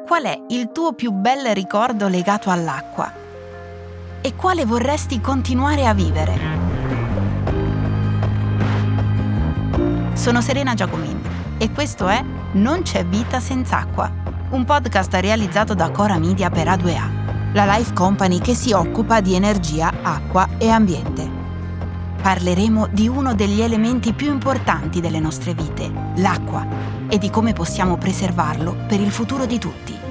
Qual è il tuo più bel ricordo legato all'acqua? E quale vorresti continuare a vivere? Sono Serena Giacomini e questo è Non c'è vita senza acqua, un podcast realizzato da Cora Media per A2A, la life company che si occupa di energia, acqua e ambiente. Parleremo di uno degli elementi più importanti delle nostre vite, l'acqua, e di come possiamo preservarlo per il futuro di tutti.